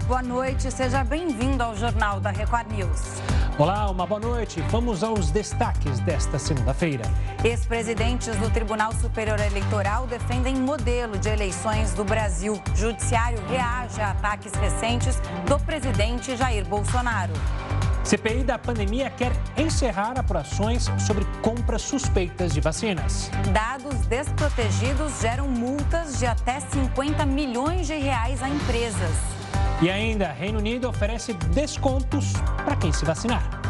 boa noite. Seja bem-vindo ao Jornal da Record News. Olá, uma boa noite. Vamos aos destaques desta segunda-feira. Ex-presidentes do Tribunal Superior Eleitoral defendem modelo de eleições do Brasil. Judiciário reage a ataques recentes do presidente Jair Bolsonaro. CPI da pandemia quer encerrar apurações sobre compras suspeitas de vacinas. Dados desprotegidos geram multas de até 50 milhões de reais a empresas. E ainda, Reino Unido oferece descontos para quem se vacinar.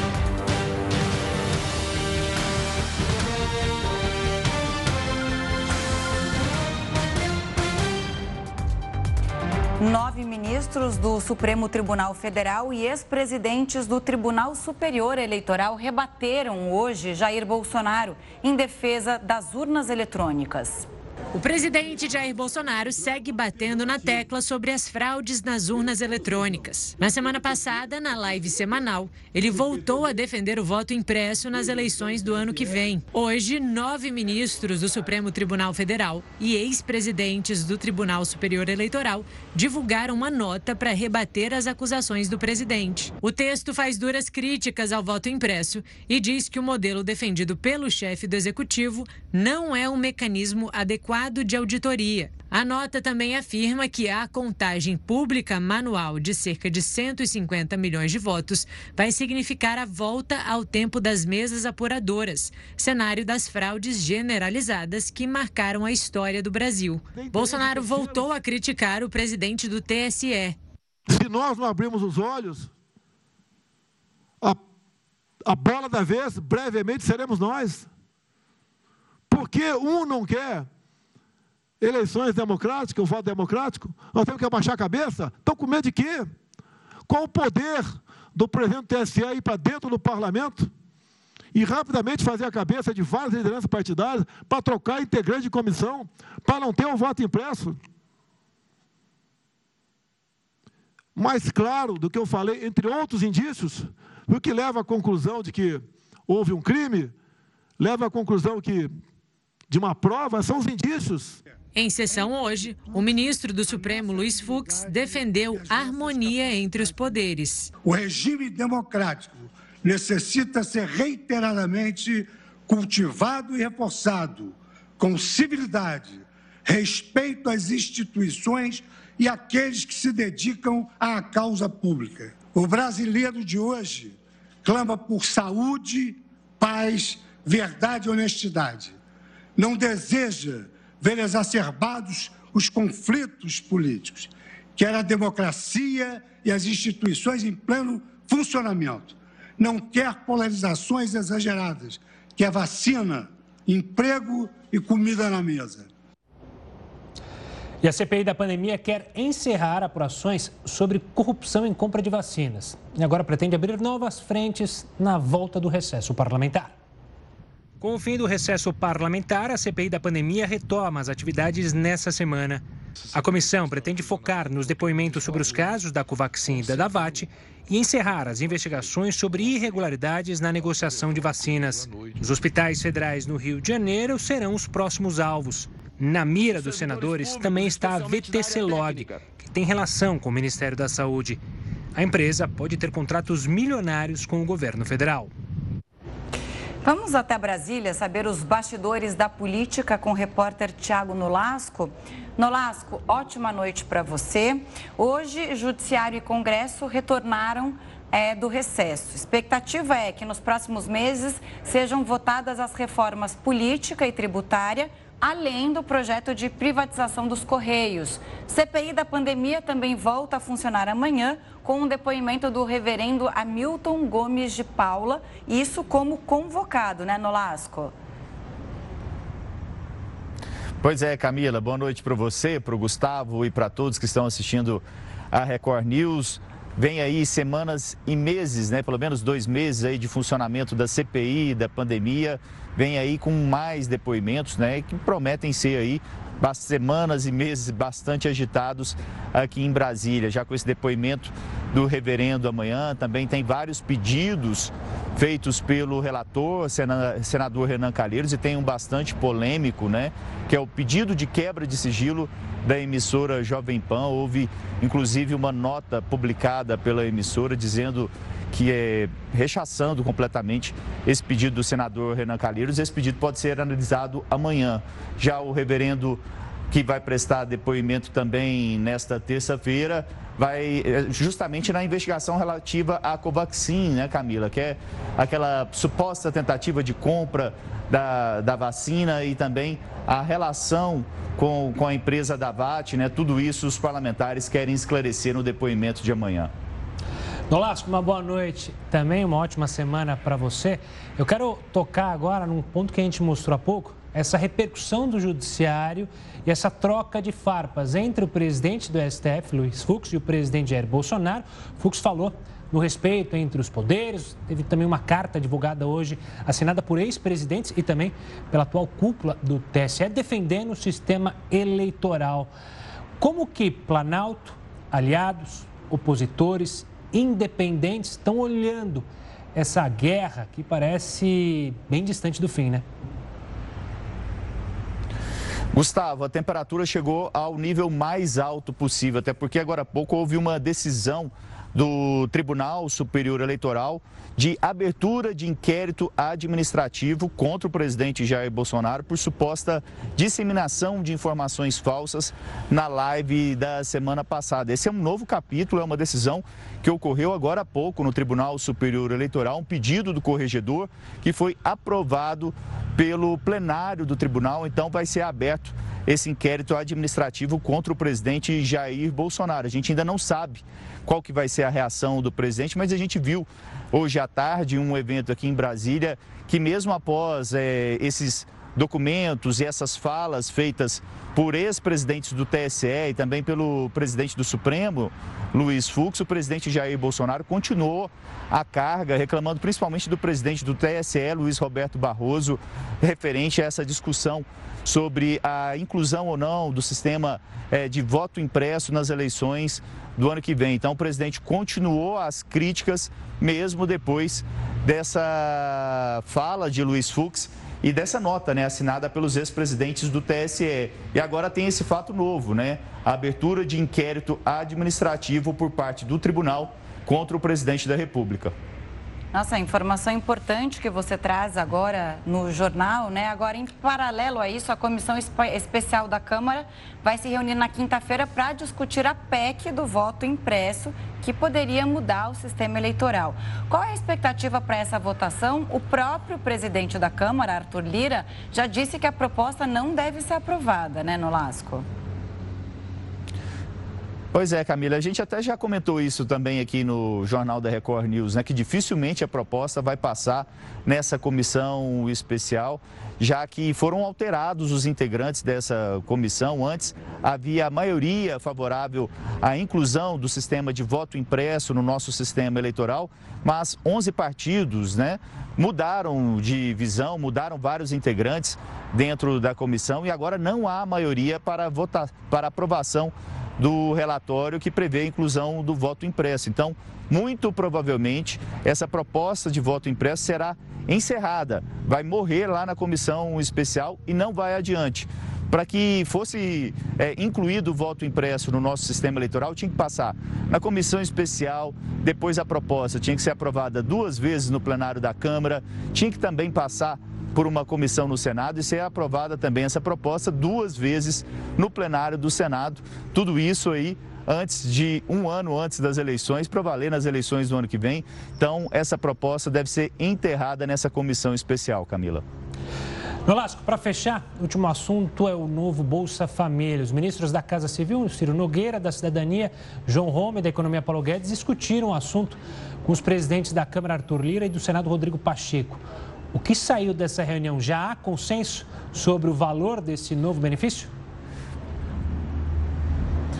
9 ministros do Supremo Tribunal Federal e ex-presidentes do Tribunal Superior Eleitoral rebateram hoje Jair Bolsonaro em defesa das urnas eletrônicas. O presidente Jair Bolsonaro segue batendo na tecla sobre as fraudes nas urnas eletrônicas. Na semana passada, na live semanal, ele voltou a defender o voto impresso nas eleições do ano que vem. Hoje, 9 ministros do Supremo Tribunal Federal e ex-presidentes do Tribunal Superior Eleitoral divulgaram uma nota para rebater as acusações do presidente. O texto faz duras críticas ao voto impresso e diz que o modelo defendido pelo chefe do executivo não é um mecanismo adequado de auditoria. A nota também afirma que a contagem pública manual de cerca de 150 milhões de votos vai significar a volta ao tempo das mesas apuradoras, cenário das fraudes generalizadas que marcaram a história do Brasil. Bolsonaro voltou a criticar o presidente do TSE. Se nós não abrirmos os olhos, a bola da vez, brevemente, seremos nós. Porque um não quer eleições democráticas, o voto democrático, nós temos que abaixar a cabeça. Estão com medo de quê? Qual o poder do presidente do TSE ir para dentro do parlamento e rapidamente fazer a cabeça de várias lideranças partidárias para trocar integrante de comissão, para não ter um voto impresso? Mais claro do que eu falei, entre outros indícios, o que leva à conclusão de que houve um crime, leva à conclusão de uma prova, são os indícios. Em sessão hoje, o ministro do Supremo, Luiz Fux, defendeu harmonia entre os poderes. O regime democrático necessita ser reiteradamente cultivado e reforçado, com civilidade, respeito às instituições e àqueles que se dedicam à causa pública. O brasileiro de hoje clama por saúde, paz, verdade e honestidade. Não deseja ver exacerbados os conflitos políticos, quer a democracia e as instituições em pleno funcionamento. Não quer polarizações exageradas, quer vacina, emprego e comida na mesa. E a CPI da pandemia quer encerrar apurações sobre corrupção em compra de vacinas. E agora pretende abrir novas frentes na volta do recesso parlamentar. Com o fim do recesso parlamentar, a CPI da pandemia retoma as atividades nessa semana. A comissão pretende focar nos depoimentos sobre os casos da Covaxin e da Davax e encerrar as investigações sobre irregularidades na negociação de vacinas. Os hospitais federais no Rio de Janeiro serão os próximos alvos. Na mira dos senadores também está a VTC-Log, que tem relação com o Ministério da Saúde. A empresa pode ter contratos milionários com o governo federal. Vamos até Brasília saber os bastidores da política com o repórter Tiago Nolasco. Nolasco, ótima noite para você. Hoje, Judiciário e Congresso retornaram do recesso. Expectativa é que nos próximos meses sejam votadas as reformas política e tributária, além do projeto de privatização dos Correios. CPI da pandemia também volta a funcionar amanhã com um depoimento do reverendo Hamilton Gomes de Paula, isso como convocado, né, Nolasco? Pois é, Camila, boa noite para você, para o Gustavo e para todos que estão assistindo a Record News. Vem aí semanas e meses, né? Pelo menos 2 meses aí de funcionamento da CPI, da pandemia. Vem aí com mais depoimentos, né? Que prometem ser aí semanas e meses bastante agitados aqui em Brasília. Já com esse depoimento do referendo amanhã. Também tem vários pedidos feitos pelo relator, senador Renan Calheiros, e tem um bastante polêmico, né? Que é o pedido de quebra de sigilo da emissora Jovem Pan. Houve, inclusive, uma nota publicada pela emissora dizendo que rechaçando completamente esse pedido do senador Renan Calheiros. Esse pedido pode ser analisado amanhã. Já o reverendo, que vai prestar depoimento também nesta terça-feira, vai justamente na investigação relativa à Covaxin, né, Camila, que é aquela suposta tentativa de compra da vacina e também a relação com a empresa Davat, né? Tudo isso os parlamentares querem esclarecer no depoimento de amanhã. Nolasco, uma boa noite, também uma ótima semana para você. Eu quero tocar agora num ponto que a gente mostrou há pouco, essa repercussão do judiciário e essa troca de farpas entre o presidente do STF, Luiz Fux, e o presidente Jair Bolsonaro. Fux falou no respeito entre os poderes, teve também uma carta divulgada hoje, assinada por ex-presidentes e também pela atual cúpula do TSE, defendendo o sistema eleitoral. Como que Planalto, aliados, opositores, independentes estão olhando essa guerra que parece bem distante do fim, né? Gustavo, a temperatura chegou ao nível mais alto possível, até porque agora há pouco houve uma decisão do Tribunal Superior Eleitoral de abertura de inquérito administrativo contra o presidente Jair Bolsonaro por suposta disseminação de informações falsas na live da semana passada. Esse é um novo capítulo, é uma decisão que ocorreu agora há pouco no Tribunal Superior Eleitoral, um pedido do corregedor que foi aprovado pelo plenário do tribunal. Então vai ser aberto esse inquérito administrativo contra o presidente Jair Bolsonaro. A gente ainda não sabe qual que vai ser a reação do presidente, mas a gente viu hoje à tarde um evento aqui em Brasília que mesmo após esses documentos e essas falas feitas por ex-presidentes do TSE e também pelo presidente do Supremo, Luiz Fux, o presidente Jair Bolsonaro continuou a carga, reclamando principalmente do presidente do TSE, Luiz Roberto Barroso, referente a essa discussão sobre a inclusão ou não do sistema de voto impresso nas eleições do ano que vem. Então, o presidente continuou as críticas, mesmo depois dessa fala de Luiz Fux e dessa nota, né, assinada pelos ex-presidentes do TSE. E agora tem esse fato novo, né? A abertura de inquérito administrativo por parte do tribunal contra o presidente da República. Nossa, informação importante que você traz agora no jornal, né? Agora, em paralelo a isso, a Comissão Especial da Câmara vai se reunir na quinta-feira para discutir a PEC do voto impresso, que poderia mudar o sistema eleitoral. Qual é a expectativa para essa votação? O próprio presidente da Câmara, Arthur Lira, já disse que a proposta não deve ser aprovada, né, Nolasco? Pois é, Camila, a gente até já comentou isso também aqui no Jornal da Record News, né? Que dificilmente a proposta vai passar nessa comissão especial, já que foram alterados os integrantes dessa comissão. Antes havia a maioria favorável à inclusão do sistema de voto impresso no nosso sistema eleitoral, mas 11 partidos, né, mudaram de visão, mudaram vários integrantes dentro da comissão e agora não há maioria para votar, para aprovação do relatório que prevê a inclusão do voto impresso. Então, muito provavelmente, essa proposta de voto impresso será encerrada, vai morrer lá na comissão especial e não vai adiante. Para que fosse incluído o voto impresso no nosso sistema eleitoral, tinha que passar na comissão especial, depois a proposta tinha que ser aprovada 2 vezes no plenário da Câmara, tinha que também passar por uma comissão no Senado e ser aprovada também essa proposta 2 vezes no plenário do Senado. Tudo isso aí antes de 1 ano antes das eleições, para valer nas eleições do ano que vem. Então, essa proposta deve ser enterrada nessa comissão especial, Camila. Nolasco, para fechar, o último assunto é o novo Bolsa Família. Os ministros da Casa Civil, Ciro Nogueira, da Cidadania, João Roma e da Economia, Paulo Guedes, discutiram o assunto com os presidentes da Câmara, Arthur Lira, e do Senado, Rodrigo Pacheco. O que saiu dessa reunião? Já há consenso sobre o valor desse novo benefício?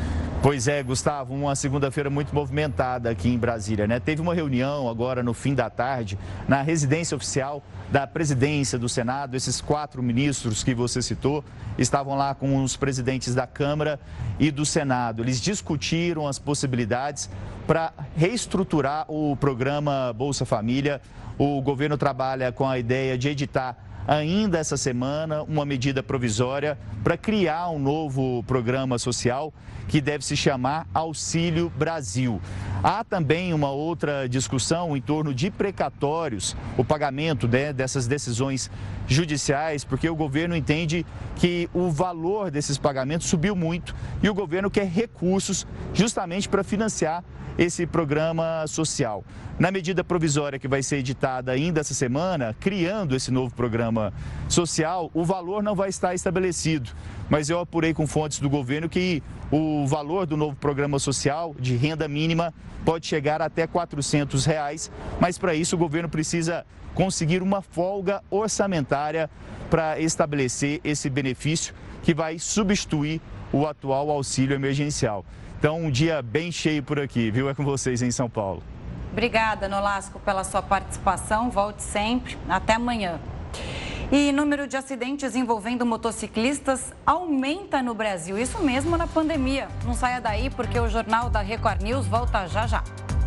Pois é, Gustavo, uma segunda-feira muito movimentada aqui em Brasília, né? Teve uma reunião agora no fim da tarde na residência oficial da presidência do Senado. Esses 4 ministros que você citou estavam lá com os presidentes da Câmara e do Senado. Eles discutiram as possibilidades para reestruturar o programa Bolsa Família. O governo trabalha com a ideia de editar ainda essa semana uma medida provisória para criar um novo programa social que deve se chamar Auxílio Brasil. Há também uma outra discussão em torno de precatórios, o pagamento dessas decisões judiciais, porque o governo entende que o valor desses pagamentos subiu muito e o governo quer recursos justamente para financiar esse programa social. Na medida provisória que vai ser editada ainda essa semana, criando esse novo programa social, o valor não vai estar estabelecido. Mas eu apurei com fontes do governo que o valor do novo programa social de renda mínima pode chegar até R$ 400, mas para isso o governo precisa conseguir uma folga orçamentária para estabelecer esse benefício que vai substituir o atual auxílio emergencial. Então, um dia bem cheio por aqui, viu? É com vocês em São Paulo. Obrigada, Nolasco, pela sua participação. Volte sempre. Até amanhã. E número de acidentes envolvendo motociclistas aumenta no Brasil. Isso mesmo na pandemia. Não saia daí porque o Jornal da Record News volta já já.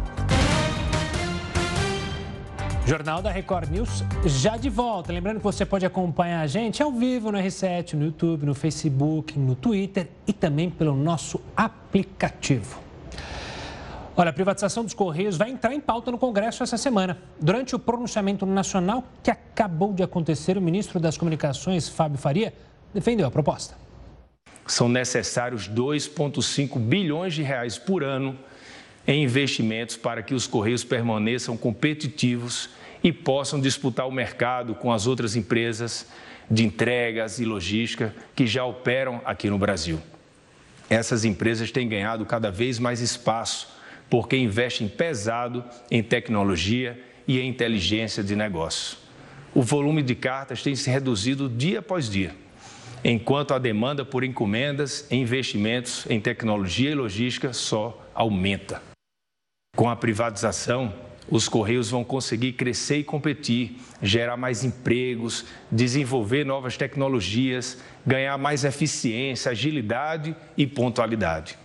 Jornal da Record News já de volta. Lembrando que você pode acompanhar a gente ao vivo no R7, no YouTube, no Facebook, no Twitter e também pelo nosso aplicativo. Olha, a privatização dos Correios vai entrar em pauta no Congresso essa semana. Durante o pronunciamento nacional que acabou de acontecer, o ministro das Comunicações, Fábio Faria, defendeu a proposta. São necessários 2,5 bilhões de reais por ano em investimentos para que os Correios permaneçam competitivos e possam disputar o mercado com as outras empresas de entregas e logística que já operam aqui no Brasil. Essas empresas têm ganhado cada vez mais espaço porque investem pesado em tecnologia e em inteligência de negócio. O volume de cartas tem se reduzido dia após dia, enquanto a demanda por encomendas e investimentos em tecnologia e logística só aumenta. Com a privatização, os Correios vão conseguir crescer e competir, gerar mais empregos, desenvolver novas tecnologias, ganhar mais eficiência, agilidade e pontualidade.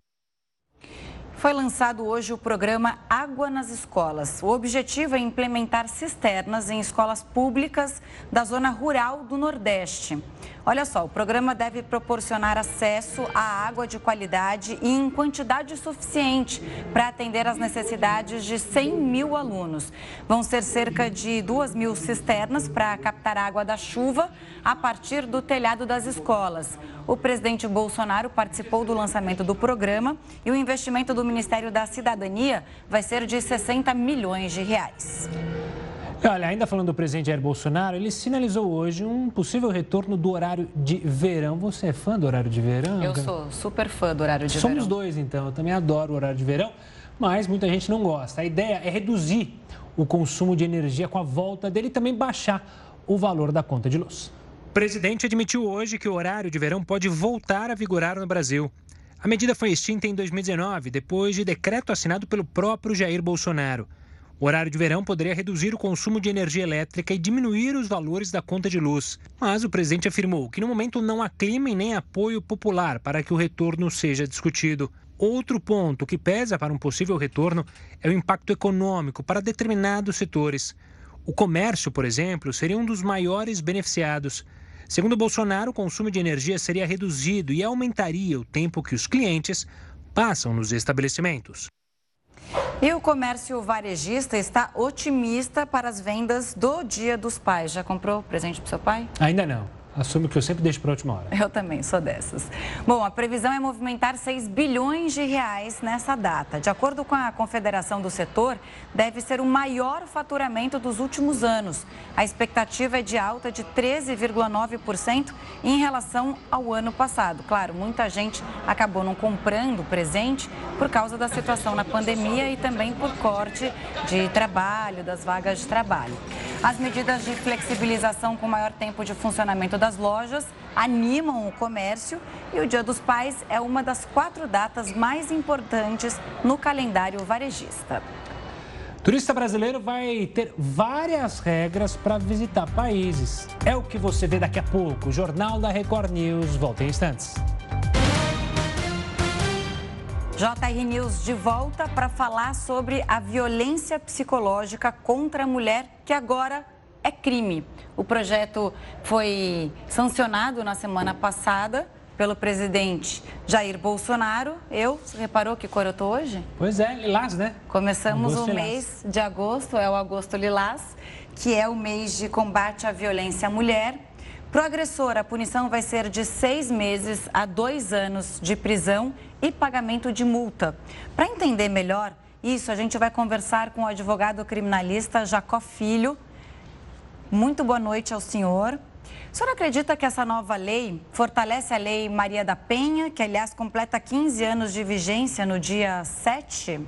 Foi lançado hoje o programa Água nas Escolas. O objetivo é implementar cisternas em escolas públicas da zona rural do Nordeste. Olha só, o programa deve proporcionar acesso à água de qualidade e em quantidade suficiente para atender às necessidades de 100 mil alunos. Vão ser cerca de 2.000 cisternas para captar água da chuva a partir do telhado das escolas. O presidente Bolsonaro participou do lançamento do programa e o investimento do Ministério da Cidadania vai ser de 60 milhões de reais. Olha, ainda falando do presidente Jair Bolsonaro, ele sinalizou hoje um possível retorno do horário de verão. Você é fã do horário de verão? Eu sou super fã do horário de verão. Somos dois, então. Eu também adoro o horário de verão, mas muita gente não gosta. A ideia é reduzir o consumo de energia com a volta dele e também baixar o valor da conta de luz. O presidente admitiu hoje que o horário de verão pode voltar a vigorar no Brasil. A medida foi extinta em 2019, depois de decreto assinado pelo próprio Jair Bolsonaro. O horário de verão poderia reduzir o consumo de energia elétrica e diminuir os valores da conta de luz. Mas o presidente afirmou que no momento não há clima e nem apoio popular para que o retorno seja discutido. Outro ponto que pesa para um possível retorno é o impacto econômico para determinados setores. O comércio, por exemplo, seria um dos maiores beneficiados. Segundo Bolsonaro, o consumo de energia seria reduzido e aumentaria o tempo que os clientes passam nos estabelecimentos. E o comércio varejista está otimista para as vendas do Dia dos Pais. Já comprou presente para o seu pai? Ainda não. Assumo que eu sempre deixo para a última hora. Eu também sou dessas. Bom, a previsão é movimentar 6 bilhões de reais nessa data. De acordo com a Confederação do Setor, deve ser o maior faturamento dos últimos anos. A expectativa é de alta de 13,9% em relação ao ano passado. Claro, muita gente acabou não comprando presente por causa da situação na pandemia e também por corte de trabalho, das vagas de trabalho. As medidas de flexibilização com maior tempo de funcionamento das lojas animam o comércio e o Dia dos Pais é uma das 4 datas mais importantes no calendário varejista. Turista brasileiro vai ter várias regras para visitar países. É o que você vê daqui a pouco. O Jornal da Record News volta em instantes. JR News de volta para falar sobre a violência psicológica contra a mulher, que agora é crime. O projeto foi sancionado na semana passada pelo presidente Jair Bolsonaro. Você reparou que cor eu tô hoje? Pois é, lilás, né? Começamos o mês de agosto, é o Agosto Lilás, que é o mês de combate à violência à mulher. Para o agressor, a punição vai ser de 6 meses a 2 anos de prisão e pagamento de multa. Para entender melhor isso, a gente vai conversar com o advogado criminalista Jacó Filho. Muito boa noite ao senhor. O senhor acredita que essa nova lei fortalece a Lei Maria da Penha, que, aliás, completa 15 anos de vigência no dia 7?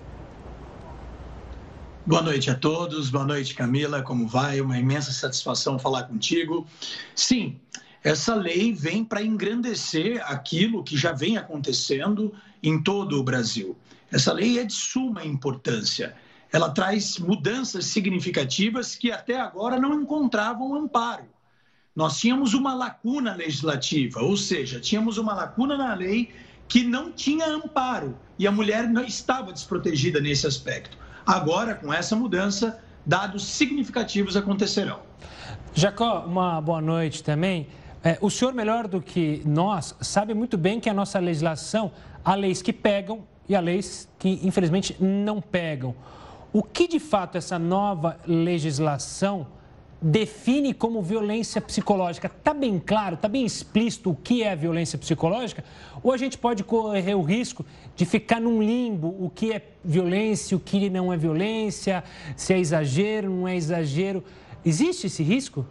Boa noite a todos, boa noite Camila, como vai? Uma imensa satisfação falar contigo. Sim, essa lei vem para engrandecer aquilo que já vem acontecendo em todo o Brasil. Essa lei é de suma importância. Ela traz mudanças significativas que até agora não encontravam amparo. Nós tínhamos uma lacuna legislativa, ou seja, tínhamos uma lacuna na lei que não tinha amparo e a mulher não estava desprotegida nesse aspecto. Agora, com essa mudança, dados significativos acontecerão. Jacó, uma boa noite também. O senhor, melhor do que nós, sabe muito bem que a nossa legislação, há leis que pegam e há leis que, infelizmente, não pegam. O que, de fato, essa nova legislação define como violência psicológica? Está bem claro, está bem explícito o que é a violência psicológica? Ou a gente pode correr o risco de ficar num limbo, o que é violência, o que não é violência, se é exagero, não é exagero? Existe esse risco?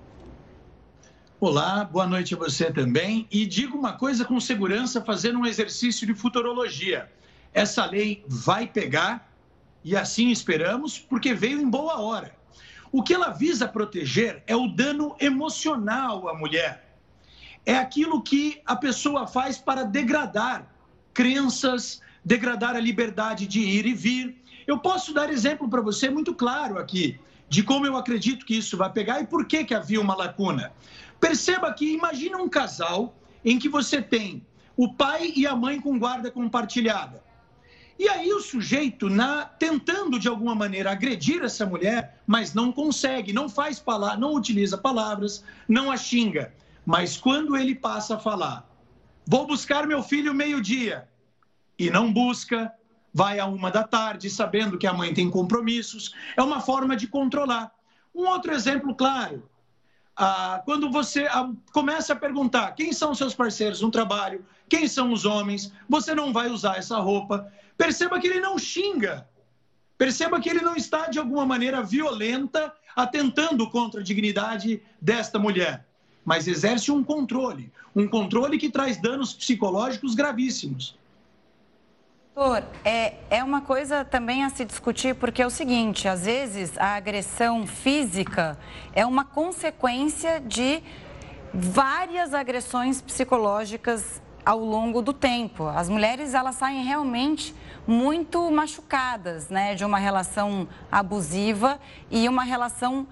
Olá, boa noite a você também. E digo uma coisa com segurança, fazendo um exercício de futurologia. Essa lei vai pegar, e assim esperamos, porque veio em boa hora. O que ela visa proteger é o dano emocional à mulher. É aquilo que a pessoa faz para degradar crenças, degradar a liberdade de ir e vir. Eu posso dar exemplo para você muito claro aqui, de como eu acredito que isso vai pegar e por que havia uma lacuna. Perceba que, imagina um casal em que você tem o pai e a mãe com guarda compartilhada. E aí o sujeito, tentando de alguma maneira agredir essa mulher, mas não consegue, não utiliza palavras, não a xinga. Mas quando ele passa a falar, vou buscar meu filho meio-dia, e não busca, vai à 13h, sabendo que a mãe tem compromissos, é uma forma de controlar. Um outro exemplo claro, quando você começa a perguntar quem são seus parceiros no trabalho, quem são os homens, você não vai usar essa roupa. Perceba que ele não xinga, perceba que ele não está de alguma maneira violenta, atentando contra a dignidade desta mulher, mas exerce um controle que traz danos psicológicos gravíssimos. Doutor, é uma coisa também a se discutir, porque é o seguinte, às vezes a agressão física é uma consequência de várias agressões psicológicas ao longo do tempo. As mulheres, elas saem realmente muito machucadas, né, de uma relação abusiva e uma relação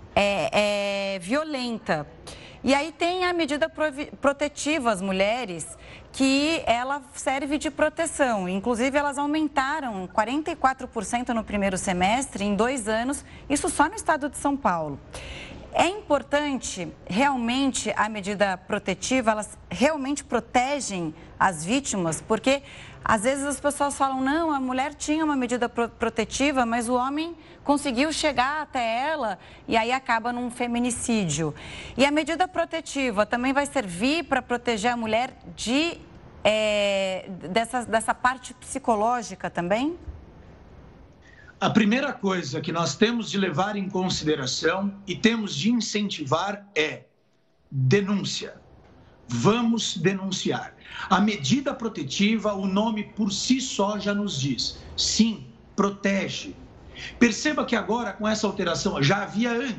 violenta. E aí tem a medida protetiva às mulheres, que ela serve de proteção. Inclusive, elas aumentaram 44% no primeiro semestre, em 2 anos, isso só no estado de São Paulo. É importante, realmente, a medida protetiva, elas realmente protegem as vítimas, porque às vezes as pessoas falam, não, a mulher tinha uma medida protetiva, mas o homem conseguiu chegar até ela e aí acaba num feminicídio. E a medida protetiva também vai servir para proteger a mulher dessa parte psicológica também? A primeira coisa que nós temos de levar em consideração e temos de incentivar é denúncia. Vamos denunciar. A medida protetiva, o nome por si só já nos diz. Sim, protege. Perceba que agora, com essa alteração, já havia antes,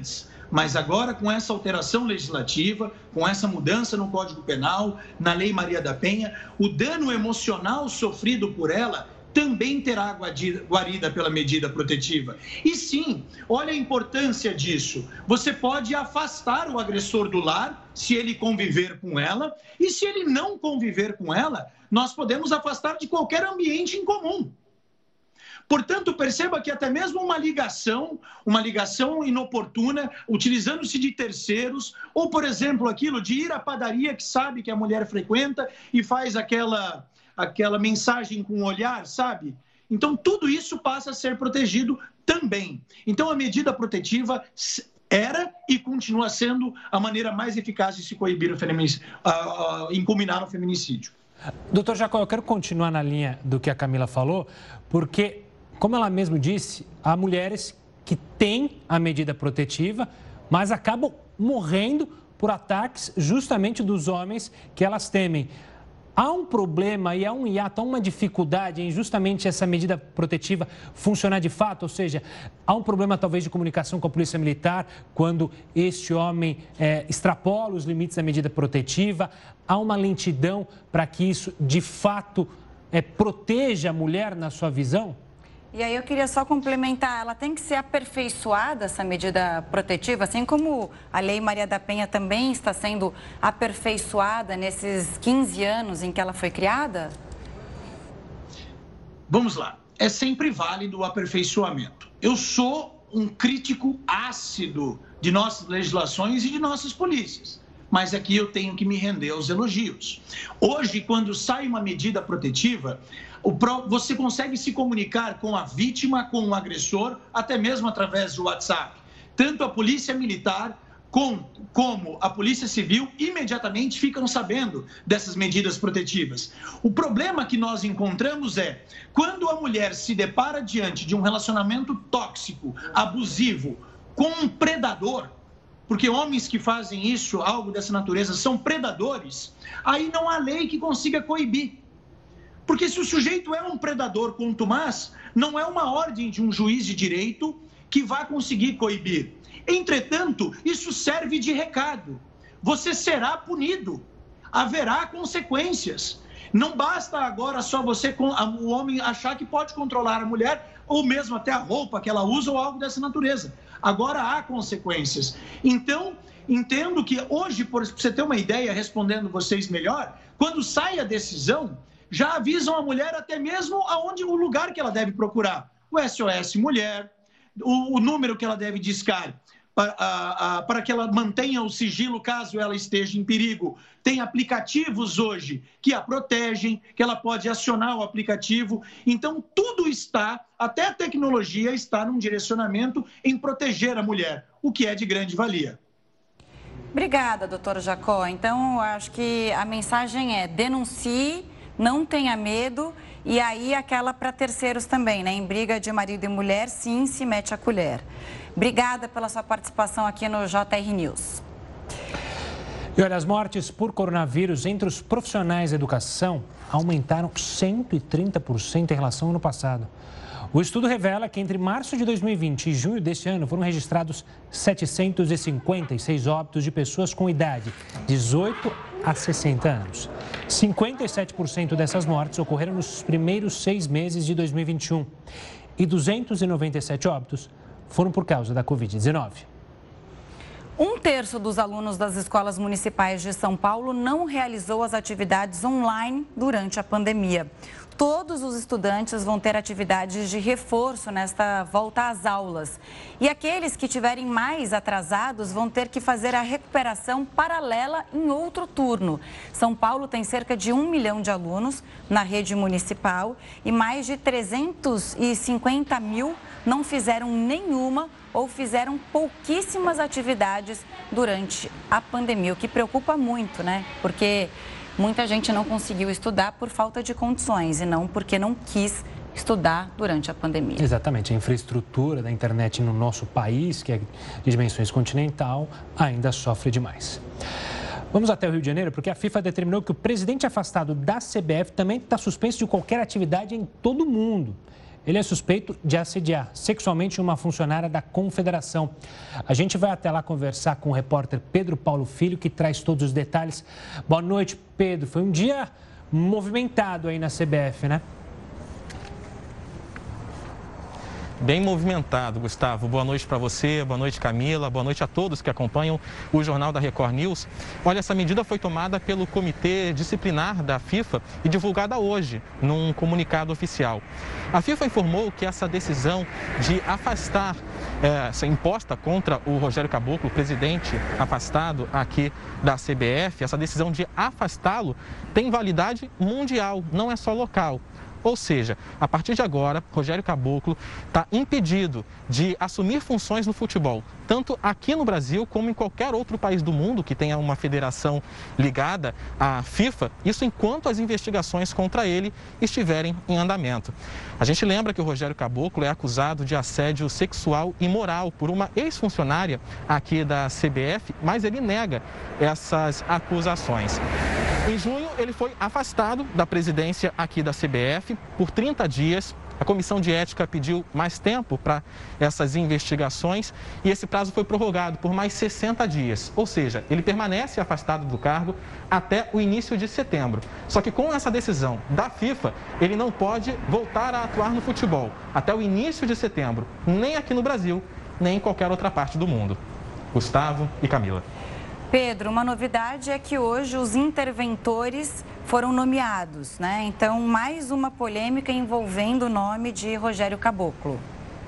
Mas agora, com essa alteração legislativa, com essa mudança no Código Penal, na Lei Maria da Penha, o dano emocional sofrido por ela também terá guarida pela medida protetiva. E sim, olha a importância disso. Você pode afastar o agressor do lar, se ele conviver com ela, e se ele não conviver com ela, nós podemos afastar de qualquer ambiente em comum. Portanto, perceba que até mesmo uma ligação inoportuna, utilizando-se de terceiros, ou, por exemplo, aquilo de ir à padaria que sabe que a mulher frequenta e faz aquela mensagem com o olhar, sabe? Então, tudo isso passa a ser protegido também. Então, a medida protetiva era e continua sendo a maneira mais eficaz de se coibir inculminar o feminicídio. Doutor Jacó, eu quero continuar na linha do que a Camila falou, porque, como ela mesmo disse, há mulheres que têm a medida protetiva, mas acabam morrendo por ataques justamente dos homens que elas temem. Há um problema e há um hiato, há uma dificuldade em justamente essa medida protetiva funcionar de fato? Ou seja, há um problema talvez de comunicação com a Polícia Militar quando este homem extrapola os limites da medida protetiva? Há uma lentidão para que isso de fato proteja a mulher na sua visão? E aí eu queria só complementar, ela tem que ser aperfeiçoada, essa medida protetiva, assim como a Lei Maria da Penha também está sendo aperfeiçoada nesses 15 anos em que ela foi criada? Vamos lá, é sempre válido o aperfeiçoamento. Eu sou um crítico ácido de nossas legislações e de nossas polícias, mas aqui eu tenho que me render aos elogios. Hoje, quando sai uma medida protetiva, você consegue se comunicar com a vítima, com o agressor, até mesmo através do WhatsApp. Tanto a Polícia Militar como a Polícia Civil imediatamente ficam sabendo dessas medidas protetivas. O problema que nós encontramos é quando a mulher se depara diante de um relacionamento tóxico, abusivo, com um predador, porque homens que fazem isso, algo dessa natureza, são predadores, aí não há lei que consiga coibir. Porque se o sujeito é um predador contumaz, não é uma ordem de um juiz de direito que vai conseguir coibir. Entretanto, isso serve de recado. Você será punido. Haverá consequências. Não basta agora só o homem achar que pode controlar a mulher, ou mesmo até a roupa que ela usa ou algo dessa natureza. Agora há consequências. Então, entendo que hoje, para você ter uma ideia, respondendo vocês melhor, quando sai a decisão, já avisam a mulher até mesmo o lugar que ela deve procurar. O SOS Mulher, o número que ela deve discar para que ela mantenha o sigilo caso ela esteja em perigo. Tem aplicativos hoje que a protegem, que ela pode acionar o aplicativo. Então, tudo está, até a tecnologia está num direcionamento em proteger a mulher, o que é de grande valia. Obrigada, doutor Jacó. Então, eu acho que a mensagem é denuncie, não tenha medo, e aí aquela para terceiros também, né? Em briga de marido e mulher, sim, se mete a colher. Obrigada pela sua participação aqui no JR News. E olha, as mortes por coronavírus entre os profissionais da educação aumentaram 130% em relação ao ano passado. O estudo revela que entre março de 2020 e junho deste ano foram registrados 756 óbitos de pessoas com idade 18 a 60 anos. 57% dessas mortes ocorreram nos primeiros 6 meses de 2021 e 297 óbitos foram por causa da Covid-19. 1/3 dos alunos das escolas municipais de São Paulo não realizou as atividades online durante a pandemia. Todos os estudantes vão ter atividades de reforço nesta volta às aulas. E aqueles que tiverem mais atrasados vão ter que fazer a recuperação paralela em outro turno. São Paulo tem cerca de 1 milhão de alunos na rede municipal e mais de 350 mil não fizeram nenhuma ou fizeram pouquíssimas atividades durante a pandemia, o que preocupa muito, né? Porque muita gente não conseguiu estudar por falta de condições e não porque não quis estudar durante a pandemia. Exatamente. A infraestrutura da internet no nosso país, que é de dimensões continental, ainda sofre demais. Vamos até o Rio de Janeiro, porque a FIFA determinou que o presidente afastado da CBF também está suspenso de qualquer atividade em todo o mundo. Ele é suspeito de assediar sexualmente uma funcionária da Confederação. A gente vai até lá conversar com o repórter Pedro Paulo Filho, que traz todos os detalhes. Boa noite, Pedro. Foi um dia movimentado aí na CBF, né? Bem movimentado, Gustavo. Boa noite para você, boa noite, Camila, boa noite a todos que acompanham o Jornal da Record News. Olha, essa medida foi tomada pelo Comitê Disciplinar da FIFA e divulgada hoje num comunicado oficial. A FIFA informou que essa decisão de afastar, imposta contra o Rogério Caboclo, presidente afastado aqui da CBF, essa decisão de afastá-lo tem validade mundial, não é só local. Ou seja, a partir de agora, Rogério Caboclo está impedido de assumir funções no futebol, tanto aqui no Brasil como em qualquer outro país do mundo que tenha uma federação ligada à FIFA, isso enquanto as investigações contra ele estiverem em andamento. A gente lembra que o Rogério Caboclo é acusado de assédio sexual e moral por uma ex-funcionária aqui da CBF, mas ele nega essas acusações. Em junho, ele foi afastado da presidência aqui da CBF por 30 dias. A Comissão de Ética pediu mais tempo para essas investigações e esse prazo foi prorrogado por mais 60 dias. Ou seja, ele permanece afastado do cargo até o início de setembro. Só que com essa decisão da FIFA, ele não pode voltar a atuar no futebol até o início de setembro, nem aqui no Brasil, nem em qualquer outra parte do mundo. Gustavo e Camila. Pedro, uma novidade é que hoje os interventores foram nomeados, né? Então, mais uma polêmica envolvendo o nome de Rogério Caboclo.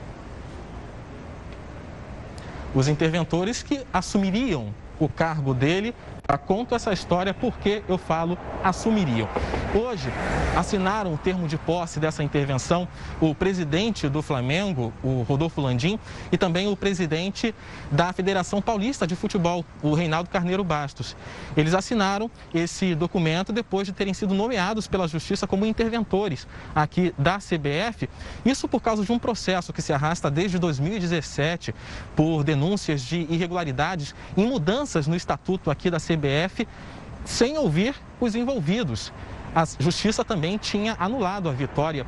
Os interventores que assumiriam o cargo dele, conto essa história porque eu falo assumiriam. Hoje, assinaram o termo de posse dessa intervenção o presidente do Flamengo, o Rodolfo Landim, e também o presidente da Federação Paulista de Futebol, o Reinaldo Carneiro Bastos. Eles assinaram esse documento depois de terem sido nomeados pela Justiça como interventores aqui da CBF. Isso por causa de um processo que se arrasta desde 2017 por denúncias de irregularidades em mudanças no estatuto aqui da CBF, sem ouvir os envolvidos. A Justiça também tinha anulado a vitória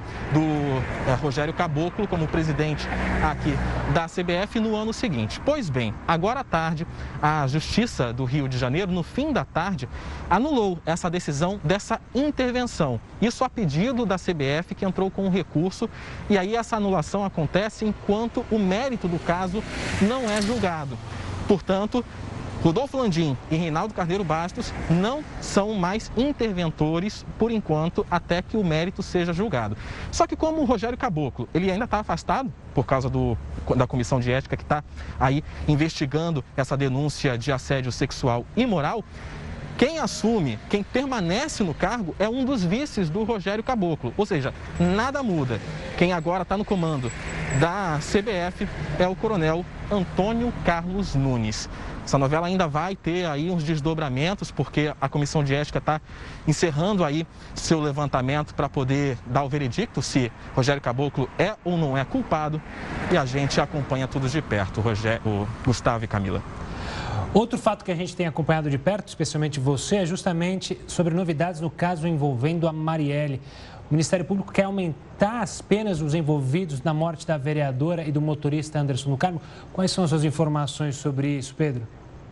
do Rogério Caboclo como presidente aqui da CBF no ano seguinte. Pois bem, agora à tarde, a Justiça do Rio de Janeiro, no fim da tarde, anulou essa decisão dessa intervenção. Isso a pedido da CBF, que entrou com um recurso, e aí essa anulação acontece enquanto o mérito do caso não é julgado. Portanto, Rodolfo Landim e Reinaldo Carneiro Bastos não são mais interventores, por enquanto, até que o mérito seja julgado. Só que como o Rogério Caboclo, ele ainda está afastado por causa da Comissão de Ética que está aí investigando essa denúncia de assédio sexual e moral, quem assume, quem permanece no cargo é um dos vices do Rogério Caboclo. Ou seja, nada muda. Quem agora está no comando da CBF é o coronel Antônio Carlos Nunes. Essa novela ainda vai ter aí uns desdobramentos, porque a Comissão de Ética está encerrando aí seu levantamento para poder dar o veredicto se Rogério Caboclo é ou não é culpado. E a gente acompanha tudo de perto, o Gustavo e Camila. Outro fato que a gente tem acompanhado de perto, especialmente você, é justamente sobre novidades no caso envolvendo a Marielle. O Ministério Público quer aumentar as penas dos envolvidos na morte da vereadora e do motorista Anderson do Carmo. Quais são as suas informações sobre isso, Pedro?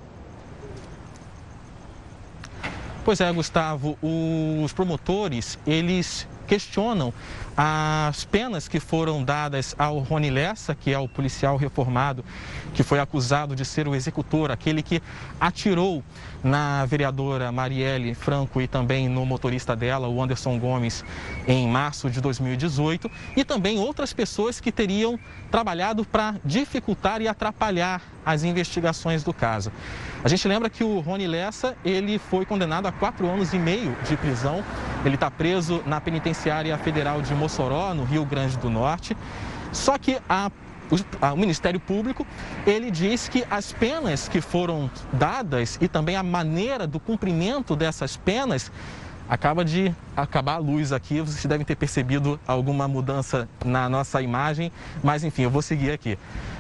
Pois é, Gustavo, os promotores, eles questionam as penas que foram dadas ao Rony Lessa, que é o policial reformado, que foi acusado de ser o executor, aquele que atirou na vereadora Marielle Franco e também no motorista dela, o Anderson Gomes, em março de 2018, e também outras pessoas que teriam trabalhado para dificultar e atrapalhar as investigações do caso. A gente lembra que o Rony Lessa, ele foi condenado a 4 anos e meio de prisão. Ele está preso na penitenciária federal de Mossoró, no Rio Grande do Norte. Só que o Ministério Público, ele diz que as penas que foram dadas e também a maneira do cumprimento dessas penas acaba de acabar a luz aqui. Vocês devem ter percebido alguma mudança na nossa imagem, mas enfim, eu vou seguir aqui.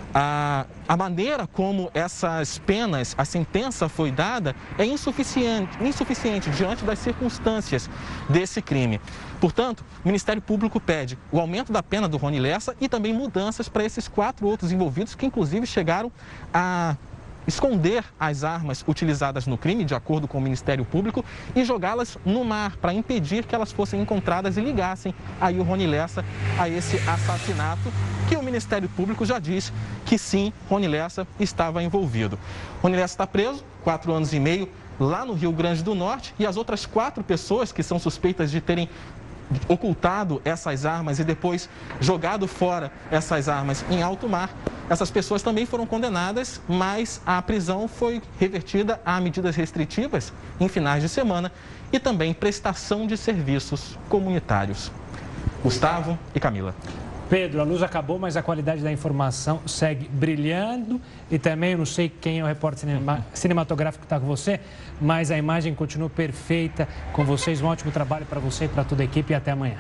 a maneira como essas penas, a sentença foi dada é insuficiente diante das circunstâncias desse crime. Portanto, o Ministério Público pede o aumento da pena do Rony Lessa e também mudanças para esses 4 outros envolvidos que inclusive chegaram a esconder as armas utilizadas no crime, de acordo com o Ministério Público, e jogá-las no mar para impedir que elas fossem encontradas e ligassem aí o Rony Lessa a esse assassinato, que o Ministério Público já diz que sim, Rony Lessa estava envolvido. Rony Lessa está preso, 4 anos e meio, lá no Rio Grande do Norte, e as outras 4 pessoas que são suspeitas de terem ocultado essas armas e depois jogado fora essas armas em alto mar, essas pessoas também foram condenadas, mas a prisão foi revertida a medidas restritivas em finais de semana e também prestação de serviços comunitários. Gustavo e Camila. Pedro, a luz acabou, mas a qualidade da informação segue brilhando. E também, eu não sei quem é o repórter cinematográfico que está com você, mas a imagem continua perfeita com vocês. Um ótimo trabalho para você e para toda a equipe e até amanhã.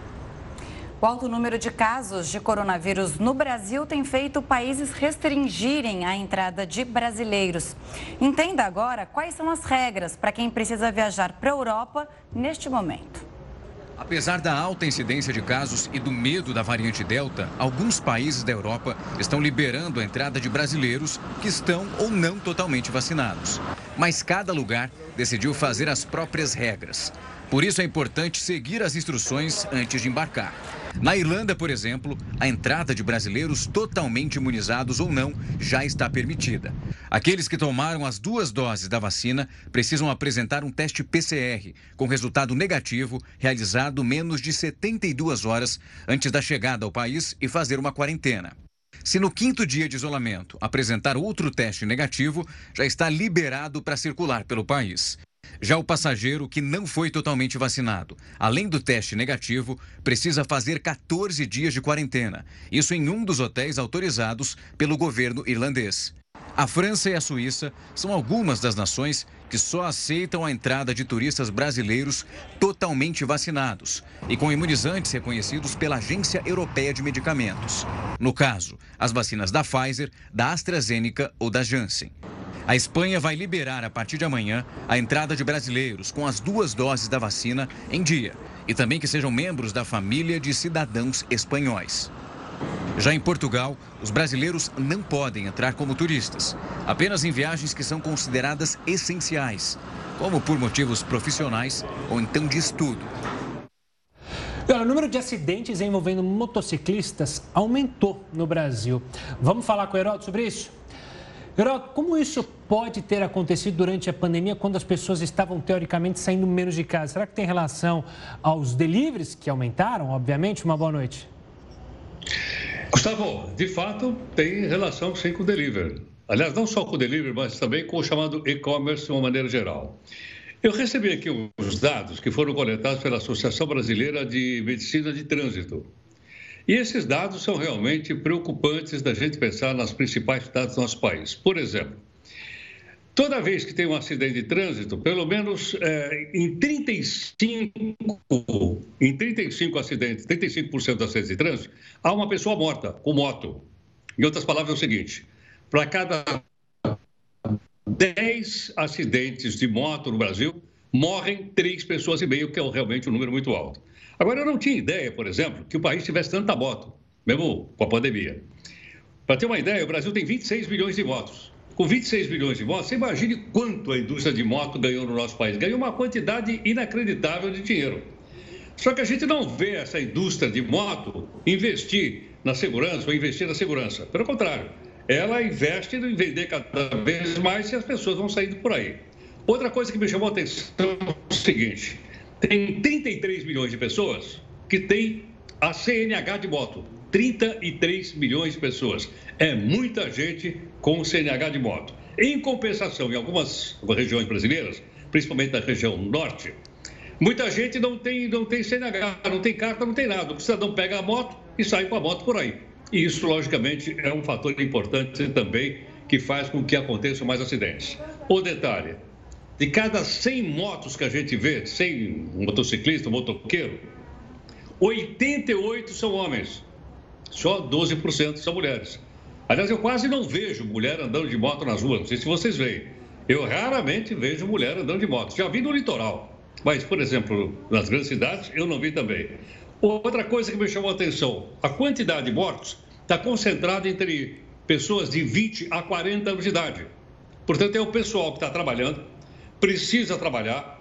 O alto número de casos de coronavírus no Brasil tem feito países restringirem a entrada de brasileiros. Entenda agora quais são as regras para quem precisa viajar para a Europa neste momento. Apesar da alta incidência de casos e do medo da variante Delta, alguns países da Europa estão liberando a entrada de brasileiros que estão ou não totalmente vacinados. Mas cada lugar decidiu fazer as próprias regras. Por isso é importante seguir as instruções antes de embarcar. Na Irlanda, por exemplo, a entrada de brasileiros totalmente imunizados ou não já está permitida. Aqueles que tomaram as 2 doses da vacina precisam apresentar um teste PCR com resultado negativo realizado menos de 72 horas antes da chegada ao país e fazer uma quarentena. Se no 5º dia de isolamento apresentar outro teste negativo, já está liberado para circular pelo país. Já o passageiro que não foi totalmente vacinado, além do teste negativo, precisa fazer 14 dias de quarentena. Isso em um dos hotéis autorizados pelo governo irlandês. A França e a Suíça são algumas das nações que só aceitam a entrada de turistas brasileiros totalmente vacinados e com imunizantes reconhecidos pela Agência Europeia de Medicamentos. No caso, as vacinas da Pfizer, da AstraZeneca ou da Janssen. A Espanha vai liberar a partir de amanhã a entrada de brasileiros com as 2 doses da vacina em dia e também que sejam membros da família de cidadãos espanhóis. Já em Portugal, os brasileiros não podem entrar como turistas, apenas em viagens que são consideradas essenciais, como por motivos profissionais ou então de estudo. O número de acidentes envolvendo motociclistas aumentou no Brasil. Vamos falar com o Heródoto sobre isso? Heródoto, como isso pode ter acontecido durante a pandemia, quando as pessoas estavam teoricamente saindo menos de casa? Será que tem relação aos deliveries que aumentaram, obviamente? Uma boa noite. Gustavo, de fato, tem relação sim com o delivery. Aliás, não só com o delivery, mas também com o chamado e-commerce de uma maneira geral. Eu recebi aqui os dados que foram coletados pela Associação Brasileira de Medicina de Trânsito. E esses dados são realmente preocupantes da gente pensar nas principais cidades do nosso país. Por exemplo, toda vez que tem um acidente de trânsito, pelo menos em 35 acidentes, 35% dos acidentes de trânsito, há uma pessoa morta com moto. Em outras palavras, é o seguinte: para cada 10 acidentes de moto no Brasil, morrem 3,5 pessoas, que é realmente um número muito alto. Agora, eu não tinha ideia, por exemplo, que o país tivesse tanta moto, mesmo com a pandemia. Para ter uma ideia, o Brasil tem 26 milhões de motos. Com 26 milhões de motos, você imagine quanto a indústria de moto ganhou no nosso país. Ganhou uma quantidade inacreditável de dinheiro. Só que a gente não vê essa indústria de moto investir na segurança ou investir na segurança. Pelo contrário, ela investe em vender cada vez mais e as pessoas vão saindo por aí. Outra coisa que me chamou a atenção é o seguinte: tem 33 milhões de pessoas que têm a CNH de moto. 33 milhões de pessoas. É muita gente com CNH de moto. Em compensação, em algumas regiões brasileiras, principalmente na região norte, muita gente não tem CNH, não tem carta, não tem nada. O cidadão pega a moto e sai com a moto por aí. E isso, logicamente, é um fator importante também que faz com que aconteçam mais acidentes. O detalhe: de cada 100 motos que a gente vê, 100 motociclistas, motoqueiro, 88 são homens, só 12% são mulheres. Aliás, eu quase não vejo mulher andando de moto nas ruas, não sei se vocês veem. Eu raramente vejo mulher andando de moto. Já vi no litoral, mas, por exemplo, nas grandes cidades, eu não vi também. Outra coisa que me chamou a atenção, a quantidade de mortos está concentrada entre pessoas de 20 a 40 anos de idade. Portanto, é o pessoal que está trabalhando, precisa trabalhar.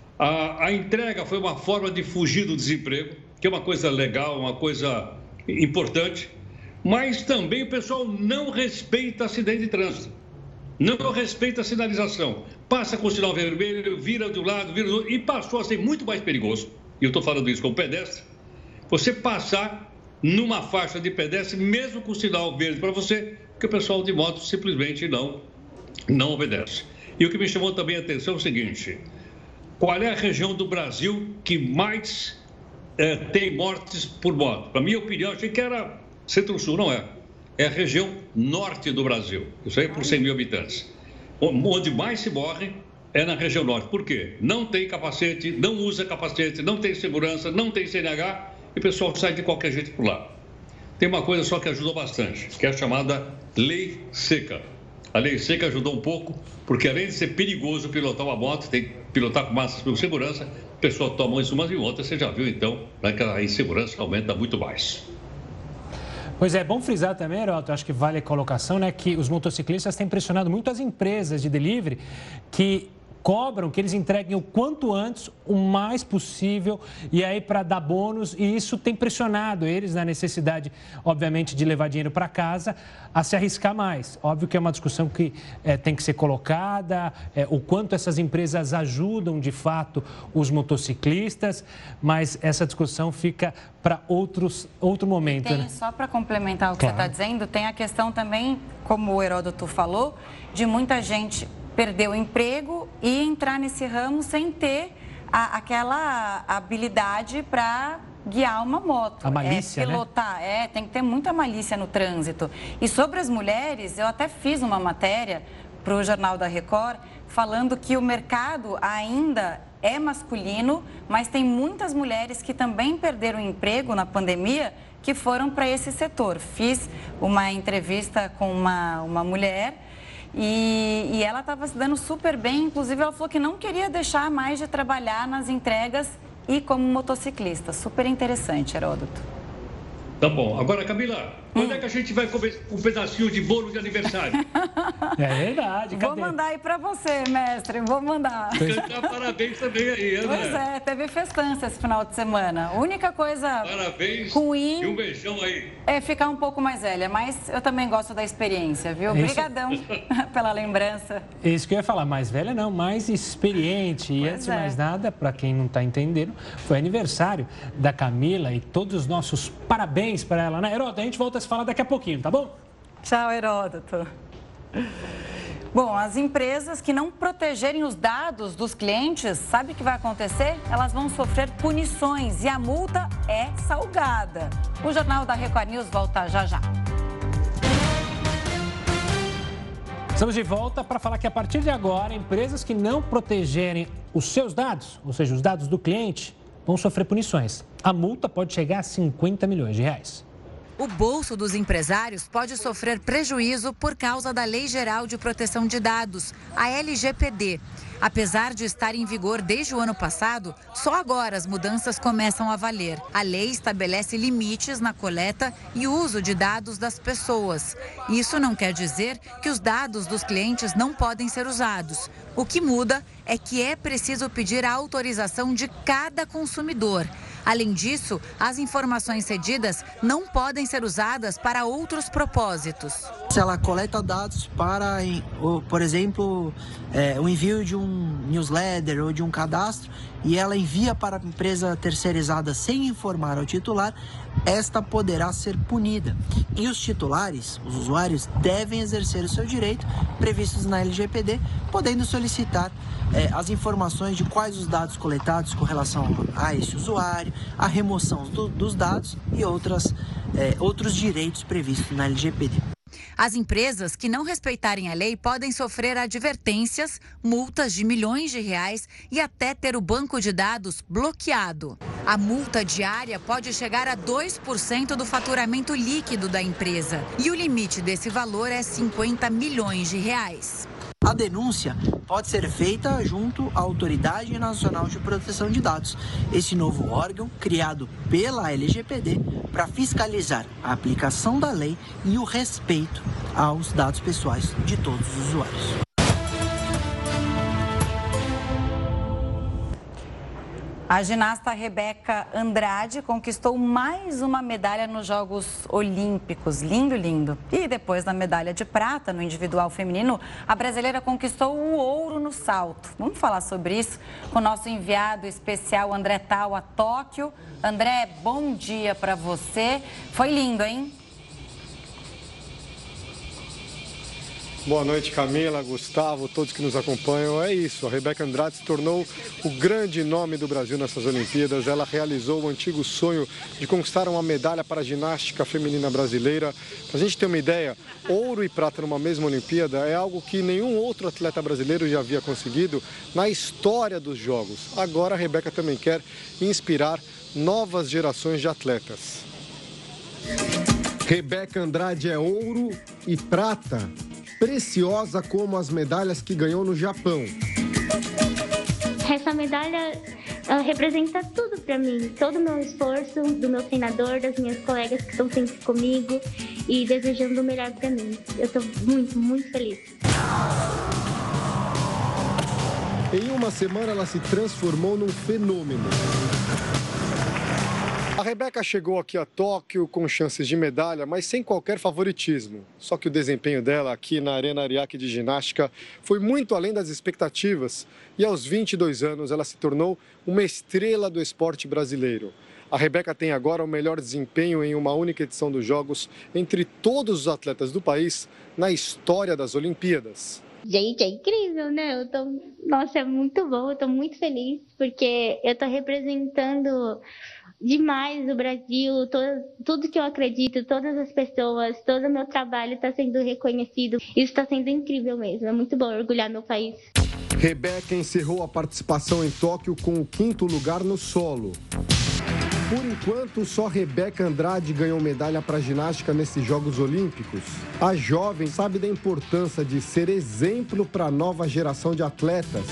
A entrega foi uma forma de fugir do desemprego, que é uma coisa legal, uma coisa importante. Mas também o pessoal não respeita acidente de trânsito, não respeita a sinalização. Passa com o sinal vermelho, vira de um lado, vira do outro, e passou a ser muito mais perigoso. E eu estou falando isso como pedestre. Você passar numa faixa de pedestre, mesmo com o sinal verde para você, que o pessoal de moto simplesmente não obedece. E o que me chamou também a atenção é o seguinte: qual é a região do Brasil que mais tem mortes por moto? Para minha opinião, achei que era Centro-Sul, não é. É a região norte do Brasil. Isso aí é por 100 mil habitantes. Onde mais se morre é na região norte. Por quê? Não tem capacete, não usa capacete, não tem segurança, não tem CNH e o pessoal sai de qualquer jeito por lá. Tem uma coisa só que ajudou bastante, que é a chamada lei seca. A lei seca ajudou um pouco, porque além de ser perigoso pilotar uma moto, tem que pilotar com máxima segurança, o pessoal toma isso umas e outras, você já viu então, né, que a insegurança aumenta muito mais. Pois é, bom frisar também, Heródoto, acho que vale a colocação, né, que os motociclistas têm pressionado muito as empresas de delivery que cobram que eles entreguem o quanto antes, o mais possível, e aí para dar bônus, e isso tem pressionado eles na necessidade, obviamente, de levar dinheiro para casa, a se arriscar mais. Óbvio que é uma discussão que tem que ser colocada, o quanto essas empresas ajudam, de fato, os motociclistas, mas essa discussão fica para outro momento. Tem, né? Só para complementar o que você está dizendo, tem a questão também, como o Heródoto falou, de muita gente perder o emprego e entrar nesse ramo sem ter aquela habilidade para guiar uma moto. A malícia, pilotar, né? Tem que ter muita malícia no trânsito. E sobre as mulheres, eu até fiz uma matéria para o Jornal da Record falando que o mercado ainda é masculino, mas tem muitas mulheres que também perderam o emprego na pandemia que foram para esse setor. Fiz uma entrevista com uma mulher e ela estava se dando super bem, inclusive ela falou que não queria deixar mais de trabalhar nas entregas e como motociclista. Super interessante, Heródoto. Tá bom. Agora, Camila, quando é que a gente vai comer um pedacinho de bolo de aniversário? É verdade, cadê? Vou mandar aí pra você, mestre, vou mandar. Cantar parabéns também aí, né? Pois é, teve festança esse final de semana. A única coisa ruim e um beijão aí. É ficar um pouco mais velha, mas eu também gosto da experiência, viu? Obrigadão pela lembrança. Isso que eu ia falar, mais velha não, mais experiente. E antes de mais nada, para quem não está entendendo, foi aniversário da Camila e todos os nossos parabéns para ela, né? Heródoto, a gente volta a se falar daqui a pouquinho, tá bom? Tchau, Heródoto. Bom, as empresas que não protegerem os dados dos clientes, sabe o que vai acontecer? Elas vão sofrer punições e a multa é salgada. O Jornal da Record News volta já já. Estamos de volta para falar que a partir de agora, empresas que não protegerem os seus dados, ou seja, os dados do cliente, vão sofrer punições. A multa pode chegar a 50 milhões de reais. O bolso dos empresários pode sofrer prejuízo por causa da Lei Geral de Proteção de Dados, a LGPD. Apesar de estar em vigor desde o ano passado, só agora as mudanças começam a valer. A lei estabelece limites na coleta e uso de dados das pessoas. Isso não quer dizer que os dados dos clientes não podem ser usados. O que muda é que é preciso pedir a autorização de cada consumidor. Além disso, as informações cedidas não podem ser usadas para outros propósitos. Se ela coleta dados para, por exemplo, o envio de um newsletter ou de um cadastro e ela envia para a empresa terceirizada sem informar ao titular, esta poderá ser punida. E os titulares, os usuários, devem exercer o seu direito previstos na LGPD, podendo solicitar as informações de quais os dados coletados com relação a esse usuário, a remoção dos dados e outros direitos previstos na LGPD. As empresas que não respeitarem a lei podem sofrer advertências, multas de milhões de reais e até ter o banco de dados bloqueado. A multa diária pode chegar a 2% do faturamento líquido da empresa e o limite desse valor é 50 milhões de reais. A denúncia pode ser feita junto à Autoridade Nacional de Proteção de Dados, esse novo órgão criado pela LGPD para fiscalizar a aplicação da lei e o respeito aos dados pessoais de todos os usuários. A ginasta Rebeca Andrade conquistou mais uma medalha nos Jogos Olímpicos. Lindo, lindo. E depois da medalha de prata no individual feminino, a brasileira conquistou o ouro no salto. Vamos falar sobre isso com o nosso enviado especial André Tal a Tóquio. André, bom dia para você. Foi lindo, hein? Boa noite, Camila, Gustavo, todos que nos acompanham. É isso, a Rebeca Andrade se tornou o grande nome do Brasil nessas Olimpíadas. Ela realizou o antigo sonho de conquistar uma medalha para a ginástica feminina brasileira. Para a gente ter uma ideia, ouro e prata numa mesma Olimpíada é algo que nenhum outro atleta brasileiro já havia conseguido na história dos Jogos. Agora a Rebeca também quer inspirar novas gerações de atletas. Rebeca Andrade é ouro e prata, preciosa como as medalhas que ganhou no Japão. Essa medalha representa tudo para mim, todo o meu esforço, do meu treinador, das minhas colegas que estão sempre comigo e desejando o melhor para mim. Eu estou muito, muito feliz. Em uma semana ela se transformou num fenômeno. A Rebeca chegou aqui a Tóquio com chances de medalha, mas sem qualquer favoritismo. Só que o desempenho dela aqui na Arena Ariake de ginástica foi muito além das expectativas. E aos 22 anos ela se tornou uma estrela do esporte brasileiro. A Rebeca tem agora o melhor desempenho em uma única edição dos Jogos entre todos os atletas do país na história das Olimpíadas. Gente, é incrível, né? Nossa, é muito bom, eu tô muito feliz porque eu tô representando demais o Brasil, tudo que eu acredito, todas as pessoas, todo o meu trabalho está sendo reconhecido. Isso está sendo incrível mesmo, é muito bom orgulhar meu país. Rebeca encerrou a participação em Tóquio com o 5º lugar no solo. Por enquanto, só Rebeca Andrade ganhou medalha para ginástica nesses Jogos Olímpicos. A jovem sabe da importância de ser exemplo para a nova geração de atletas.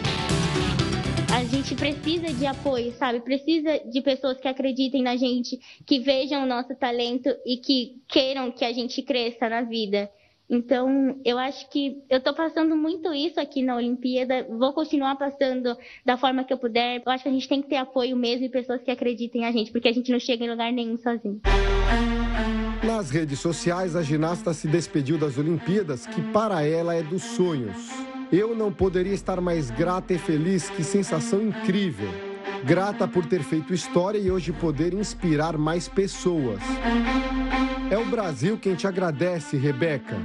A gente precisa de apoio, sabe? Precisa de pessoas que acreditem na gente, que vejam o nosso talento e que queiram que a gente cresça na vida. Então, eu acho que eu estou passando muito isso aqui na Olimpíada, vou continuar passando da forma que eu puder. Eu acho que a gente tem que ter apoio mesmo e pessoas que acreditem na gente, porque a gente não chega em lugar nenhum sozinho. Nas redes sociais, a ginasta se despediu das Olimpíadas, que para ela é dos sonhos. Eu não poderia estar mais grata e feliz, que sensação incrível. Grata por ter feito história e hoje poder inspirar mais pessoas. É o Brasil quem te agradece, Rebeca.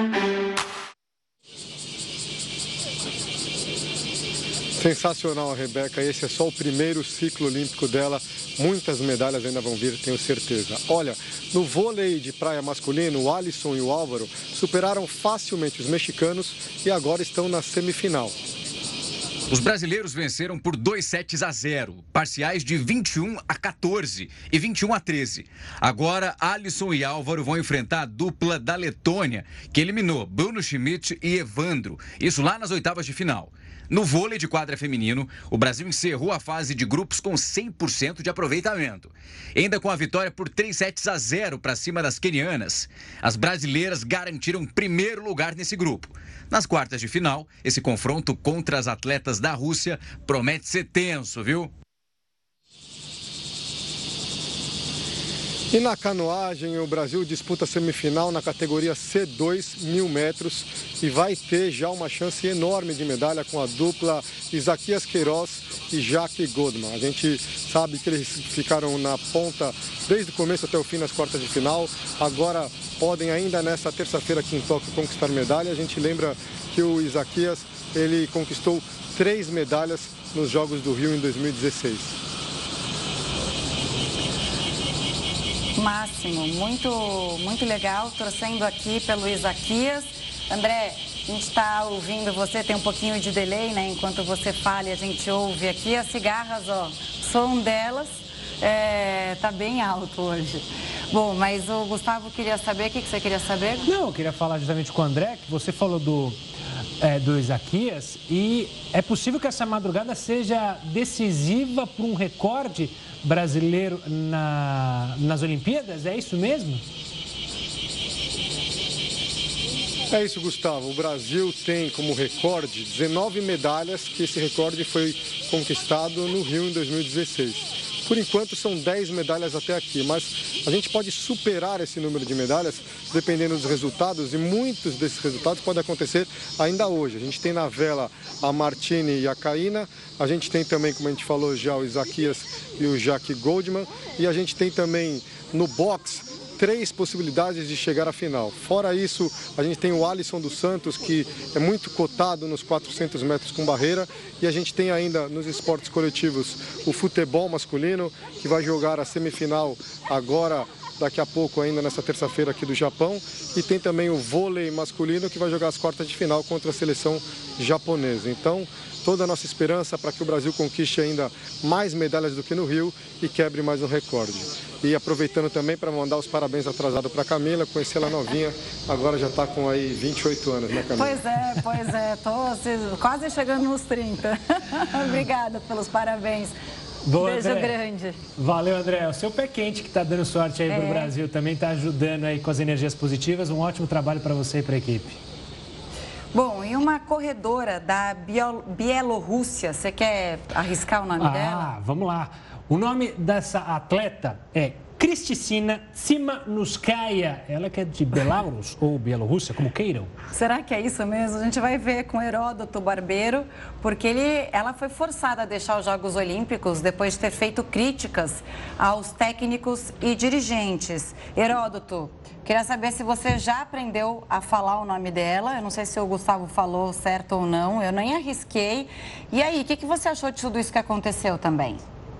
Sensacional, Rebeca. Esse é só o primeiro ciclo olímpico dela. Muitas medalhas ainda vão vir, tenho certeza. Olha, no vôlei de praia masculino, o Alisson e o Álvaro superaram facilmente os mexicanos e agora estão na semifinal. Os brasileiros venceram por 2-0, parciais de 21-14 e 21-13. Agora, Alisson e Álvaro vão enfrentar a dupla da Letônia, que eliminou Bruno Schmidt e Evandro, isso lá nas oitavas de final. No vôlei de quadra feminino, o Brasil encerrou a fase de grupos com 100% de aproveitamento. Ainda com a vitória por 3-0 para cima das quenianas, as brasileiras garantiram primeiro lugar nesse grupo. Nas quartas de final, esse confronto contra as atletas da Rússia promete ser tenso, viu? E na canoagem, o Brasil disputa a semifinal na categoria C2, 1.000 metros, e vai ter já uma chance enorme de medalha com a dupla Isaquias Queiroz e Jaque Goldman. A gente sabe que eles ficaram na ponta desde o começo até o fim nas quartas de final. Agora podem ainda nessa terça-feira aqui em Tóquio conquistar medalha. A gente lembra que o Isaquias, ele conquistou 3 medalhas nos Jogos do Rio em 2016. Máximo, muito legal, torcendo aqui pelo Isaquias. André, a gente está ouvindo você, tem um pouquinho de delay, né? Enquanto você fala e a gente ouve aqui. As cigarras, ó, o som delas tá bem alto hoje. Bom, mas o Gustavo queria saber, o que você queria saber? Não, eu queria falar justamente com o André, que você falou do Isaquias, e é possível que essa madrugada seja decisiva para um recorde brasileiro nas Olimpíadas? É isso mesmo? É isso, Gustavo. O Brasil tem como recorde 19 medalhas, que esse recorde foi conquistado no Rio em 2016. Por enquanto, são 10 medalhas até aqui, mas a gente pode superar esse número de medalhas dependendo dos resultados, e muitos desses resultados podem acontecer ainda hoje. A gente tem na vela a Martini e a Caína, a gente tem também, como a gente falou já, o Isaquias e o Jack Goldman, e a gente tem também no boxe 3 possibilidades de chegar à final. Fora isso, a gente tem o Alisson dos Santos, que é muito cotado nos 400 metros com barreira, e a gente tem ainda nos esportes coletivos o futebol masculino, que vai jogar a semifinal agora, daqui a pouco, ainda nessa terça-feira aqui do Japão, e tem também o vôlei masculino, que vai jogar as quartas de final contra a seleção japonesa. Então, toda a nossa esperança para que o Brasil conquiste ainda mais medalhas do que no Rio e quebre mais um recorde. E aproveitando também para mandar os parabéns atrasados para a Camila, conheci ela novinha, agora já está com aí 28 anos, né, Camila? Pois é, tô quase chegando nos 30. Obrigada pelos parabéns. Boa, Beijo André. grande. Valeu, André. O seu pé quente que está dando sorte aí para o Brasil também está ajudando aí com as energias positivas. Um ótimo trabalho para você e para a equipe. Bom, e uma corredora da Bielorrússia, você quer arriscar o nome dela? Vamos lá. O nome dessa atleta é Kristina Tsimanouskaya. Ela que é de Belarus ou Bielorrússia, como queiram. Será que é isso mesmo? A gente vai ver com Heródoto Barbeiro, porque ela foi forçada a deixar os Jogos Olímpicos depois de ter feito críticas aos técnicos e dirigentes. Heródoto, queria saber se você já aprendeu a falar o nome dela. Eu não sei se o Gustavo falou certo ou não, eu nem arrisquei. E aí, o que você achou de tudo isso que aconteceu também?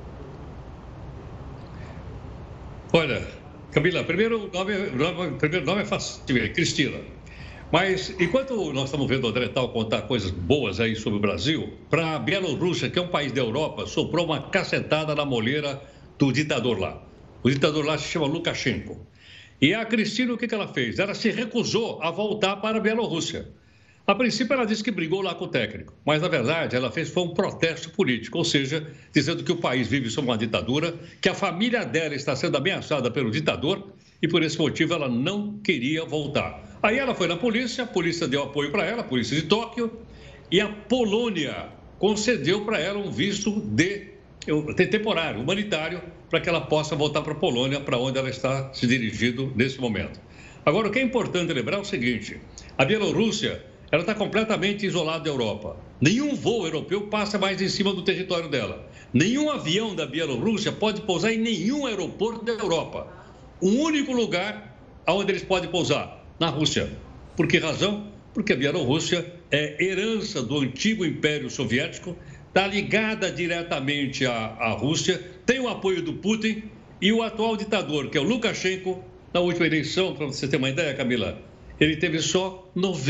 Olha, Camila, primeiro nome é fácil, Cristina. Mas enquanto nós estamos vendo o André Tal contar coisas boas aí sobre o Brasil, para a Bielorrússia, que é um país da Europa, soprou uma cacetada na moleira do ditador lá. O ditador lá se chama Lukashenko. E a Cristina, o que ela fez? Ela se recusou a voltar para a Bielorrússia. A princípio, ela disse que brigou lá com o técnico, mas, na verdade, ela fez foi um protesto político, ou seja, dizendo que o país vive sob uma ditadura, que a família dela está sendo ameaçada pelo ditador e, por esse motivo, ela não queria voltar. Aí ela foi na polícia, a polícia deu apoio para ela, a polícia de Tóquio, e a Polônia concedeu para ela um visto temporário, humanitário, para que ela possa voltar para a Polônia, para onde ela está se dirigindo nesse momento. Agora, o que é importante lembrar é o seguinte, a Bielorrússia, ela está completamente isolada da Europa. Nenhum voo europeu passa mais em cima do território dela. Nenhum avião da Bielorrússia pode pousar em nenhum aeroporto da Europa. O único lugar onde eles podem pousar, na Rússia. Por que razão? Porque a Bielorrússia é herança do antigo Império Soviético, está ligada diretamente à Rússia, tem o apoio do Putin e o atual ditador, que é o Lukashenko, na última eleição, para você ter uma ideia, Camila, ele teve só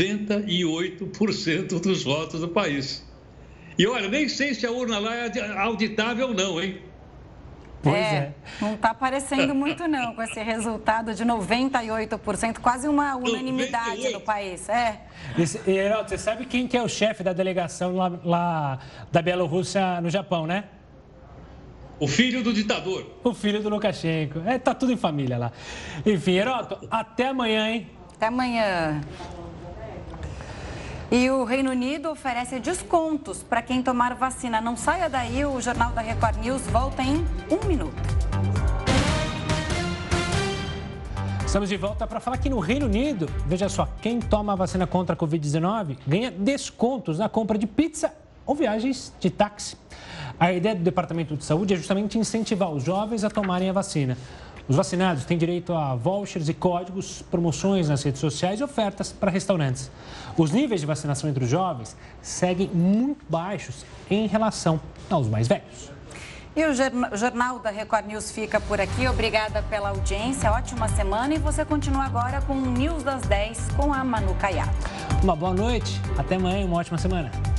98% dos votos do país. E olha, nem sei se a urna lá é auditável ou não, hein? Pois é. Não está aparecendo muito não, com esse resultado de 98%, quase uma unanimidade no país. E, Heródoto, você sabe quem que é o chefe da delegação lá da Bielorrússia no Japão, né? O filho do ditador. O filho do Lukashenko. Tá tudo em família lá. Enfim, Heródoto, até amanhã, hein? Até amanhã. E o Reino Unido oferece descontos para quem tomar vacina. Não saia daí, o Jornal da Record News volta em 1 minuto. Estamos de volta para falar que no Reino Unido, veja só, quem toma a vacina contra a Covid-19 ganha descontos na compra de pizza ou viagens de táxi. A ideia do Departamento de Saúde é justamente incentivar os jovens a tomarem a vacina. Os vacinados têm direito a vouchers e códigos, promoções nas redes sociais e ofertas para restaurantes. Os níveis de vacinação entre os jovens seguem muito baixos em relação aos mais velhos. E o Jornal da Record News fica por aqui. Obrigada pela audiência, ótima semana. E você continua agora com o News das 10 com a Manu Caiado. Uma boa noite, até amanhã e uma ótima semana.